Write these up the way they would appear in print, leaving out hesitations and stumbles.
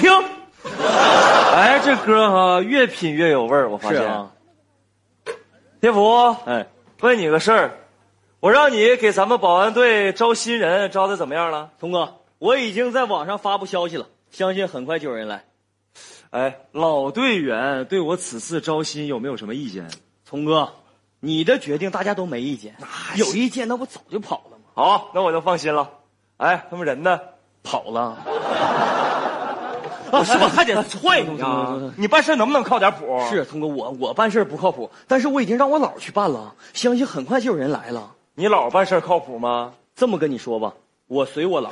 听。哎，这歌哈越品越有味儿，我发现。是啊。天福，哎，问你个事儿，我让你给咱们保安队招新人，招的怎么样了？ 童哥，我已经在网上发布消息了，相信很快就有人来。 哎，老队员对我此次招新有没有什么意见？ 童哥，你的决定大家都没意见，有意见那不早就跑了吗？ 好，那我就放心了。哎，他们人呢？ 跑了。 是吧？还得踹你啊！你办事能不能靠点谱？ 是，童哥，我办事不靠谱，但是我已经让我姥去办了，相信很快就有人来了。 你姥办事靠谱吗？ 这么跟你说吧，我随我姥。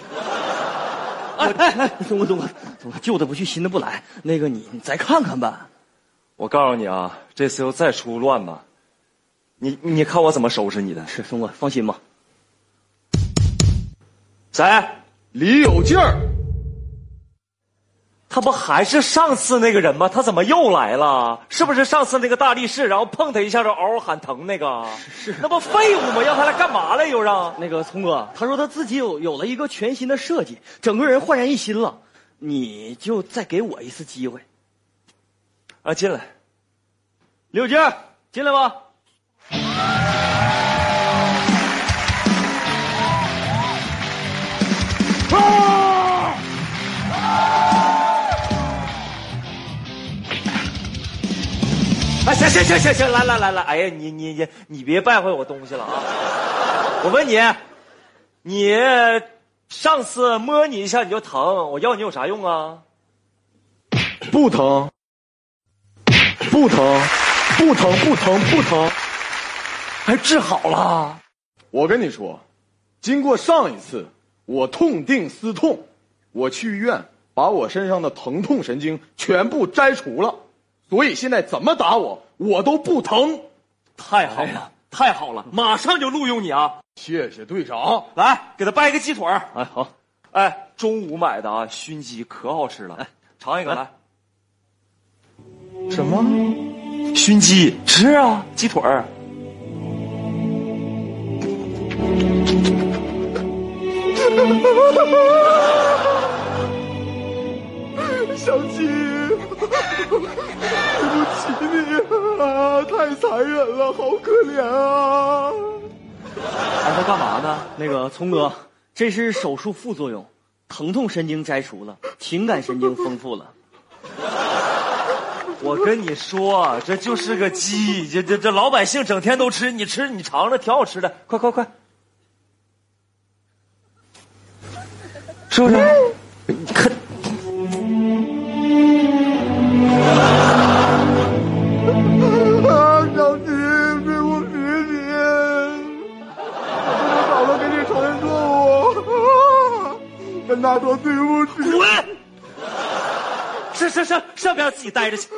东哥，旧的不去，新的不来。那个你再看看吧。 我告诉你啊，这次要再出乱吧，你看我怎么收拾你的。 是，东哥放心吧。 谁？ 李有劲儿。 他不还是上次那个人吗？他怎么又来了？是不是上次那个大力士，然后碰他一下就嗷嗷喊疼那个？ 是， 那不废物吗？让他来干嘛了？又让那个聪哥，他说他自己有了一个全新的设计，整个人焕然一新了。你就再给我一次机会。 啊，进来， 刘姐，进来吧。 哎，行，来，哎呀，你别败坏我东西了啊！我问你，你上次摸你一下你就疼，我要你有啥用啊？ 不疼， 还治好了。 我跟你说，经过上一次，我痛定思痛，我去医院把我身上的疼痛神经全部摘除了。所以现在怎么打我都不疼。 太好了，太好了，马上就录用你啊！ 谢谢队长。 来，给他掰个鸡腿儿。 哎，好。 哎，中午买的啊，熏鸡可好吃了。哎，尝一个来。 什么？ 熏鸡？吃啊，鸡腿儿。 小七，对不起你啊，太残忍了，好可怜啊！ 哎，他干嘛呢？ 那个聪哥，这是手术副作用，疼痛神经摘除了，情感神经丰富了。 我跟你说，这就是个鸡，这老百姓整天都吃，你吃你尝尝，挺好吃的，快，是不是？看。 小七，对不起你，我早就给你承认错误，跟他说对不起。 滚！上边自己待着去。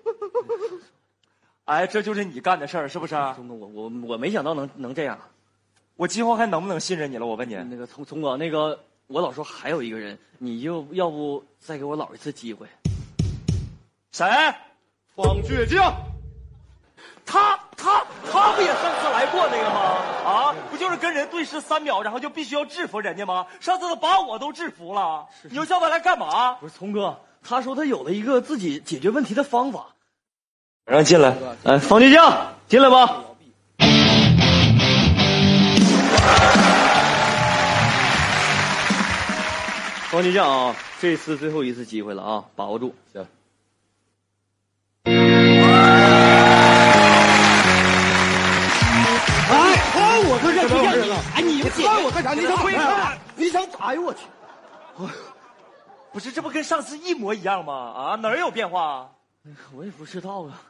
哎，这就是你干的事儿，是不是？ 我没想到能这样。 我今后还能不能信任你了？我问你。 那个聪哥，那个我老说还有一个人，你就要不再给我姥一次机会？ 谁？ 方倔强。 他不也上次来过那个吗？啊，不就是跟人对视3秒，然后就必须要制服人家吗？上次他把我都制服了，你又叫他来干嘛？ 不是聪哥，他说他有了一个自己解决问题的方法。 让进来。 哎，方倔强，进来吧。方倔强啊，这次最后一次机会了啊，把握住。 行。 我可是这样的，哎，你看我干啥？你想推开？你想打？哎呦我去！ 不是，这不跟上次一模一样吗？啊，哪儿有变化？ 我也不知道啊。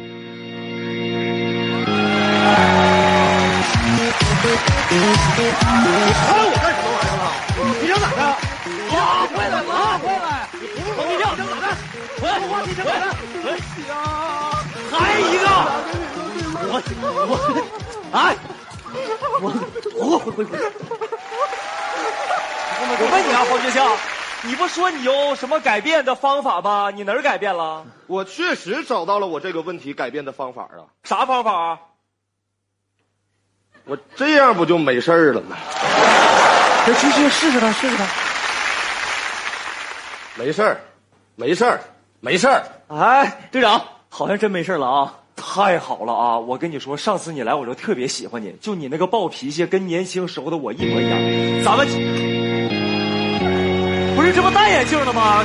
看我干什么玩意儿了？你想咋的？ 啊，回来！方倔强，你想咋的？你想咋的？还一个！ 我问你啊，方倔强，你不说你有什么改变的方法吗？你哪儿改变了？ 我确实找到了我这个问题改变的方法啊！ 啥方法啊？ 我这样不就没事儿了吗？ 去试试他， 没事儿， 没事儿，没事儿。 哎， 队长，好像真没事了啊！ 太好了啊！我跟你说，上次你来我就特别喜欢你，就你那个暴脾气跟年轻时候的我一模一样。咱们不是这不戴眼镜的吗？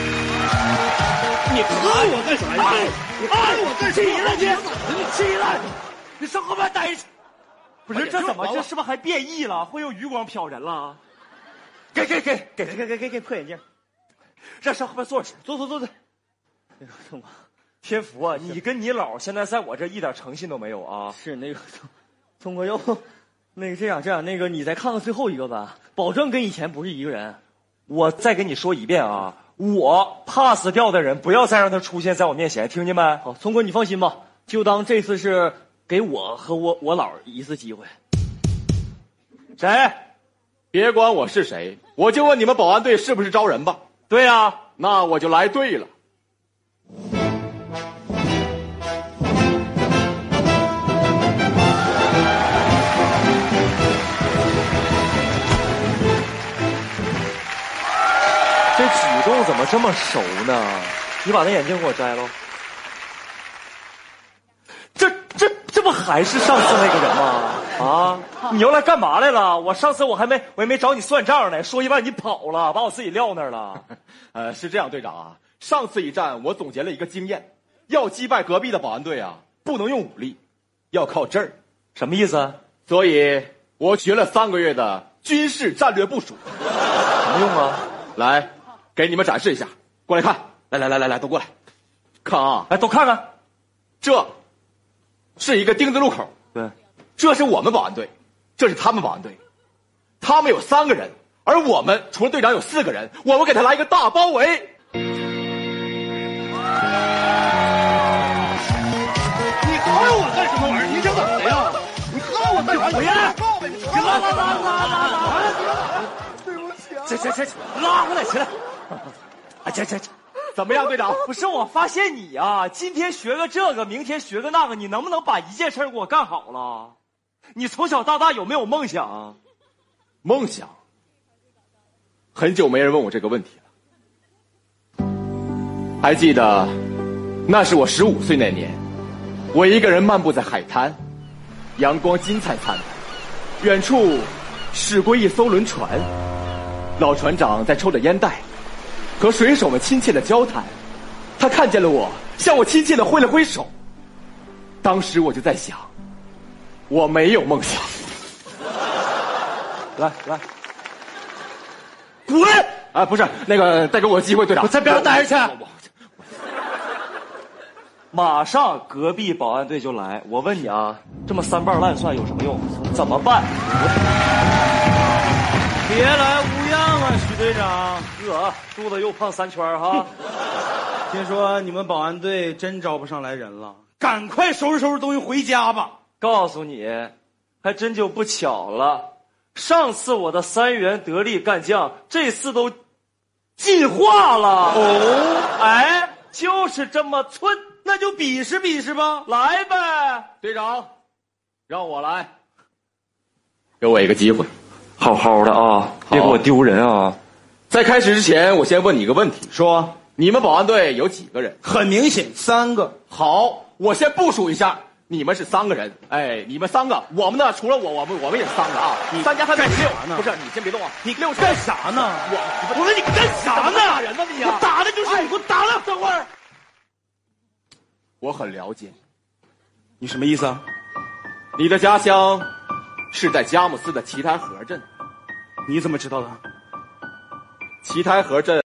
你看我干啥呀？你看我干啥？ 你起来！你上后面待着。不是这怎么？这是不是还变异了？会用余光瞟人了？给破眼镜， 让上后面坐去，坐。 那个痛快。 天福啊，你跟你姥现在在我这一点诚信都没有啊！ 是那个，聪哥，要不那个这样，那个你再看看最后一个吧，保证跟以前不是一个人。 我再跟你说一遍啊，我 pass 掉的人不要再让他出现在我面前，听见没？ 好，聪哥你放心吧，就当这次是给我和我姥一次机会。 谁？ 别管我是谁，我就问你们保安队是不是招人吧？ 对呀， 那我就来对了。 这举动怎么这么熟呢？你把那眼镜给我摘了。这不还是上次那个人吗？啊，你要来干嘛来了？我上次我还没找你算账呢，说一半你跑了，把我自己撂那儿了。 是这样，队长啊，上次一战我总结了一个经验，要击败隔壁的保安队啊，不能用武力，要靠阵儿。 什么意思？ 所以我学了3个月的军事战略部署。 什么用啊？ 来，给你们展示一下，过来看，来，都过来，看啊， 来都看看， 这是一个丁字路口， 对， 这是我们保安队，这是他们保安队，他们有3个人，而我们除了队长有4个人，我们给他来一个大包围。 你看我干什么玩意儿？你想怎么的呀？你看我干啥？ 不要！拉！ 对不起啊！ 这，拉回来，起来！啊，这， 怎么样，队长？ 不是，我发现你啊，今天学个这个，明天学个那个，你能不能把一件事给我干好了？你从小到大有没有梦想？ 梦想？很久没人问我这个问题了。还记得，那是我15岁那年，我一个人漫步在海滩，阳光金灿灿的，远处驶过一艘轮船，老船长在抽着烟袋，和水手们亲切的交谈。他看见了我，向我亲切的挥了挥手。当时我就在想，我没有梦想。 来， 滚！啊，不是那个，再给我个机会，队长， 我在边上待着去。马上隔壁保安队就来，我问你啊，这么3瓣烂蒜有什么用？怎么办？ 别来无恙啊，许队长。 肚子又胖3圈哈。 听说你们保安队真招不上来人了，赶快收拾收拾东西回家吧。 告诉你，还真就不巧了，上次我的3员得力干将，这次都进化了。哦，哎，就是这么寸。 那就比试比试吧， 来呗， 队长，让我来，给我一个机会， 好好的啊，别给我丢人啊！ 在开始之前，我先问你一个问题， 说你们保安队有几个人？ 很明显，3个。 好，我先部署一下，你们是3个人，哎，你们3个，我们呢，除了我们也是3个啊。你3加3等于6呢？不是，你先别动啊，你6 干啥呢？ 我说你干啥呢？打人呢你啊！ 我打的就是你，给我打了。等会儿。 我很了解， 你什么意思啊？ 你的家乡是在佳木斯的奇台河镇， 你怎么知道的？ 奇台河镇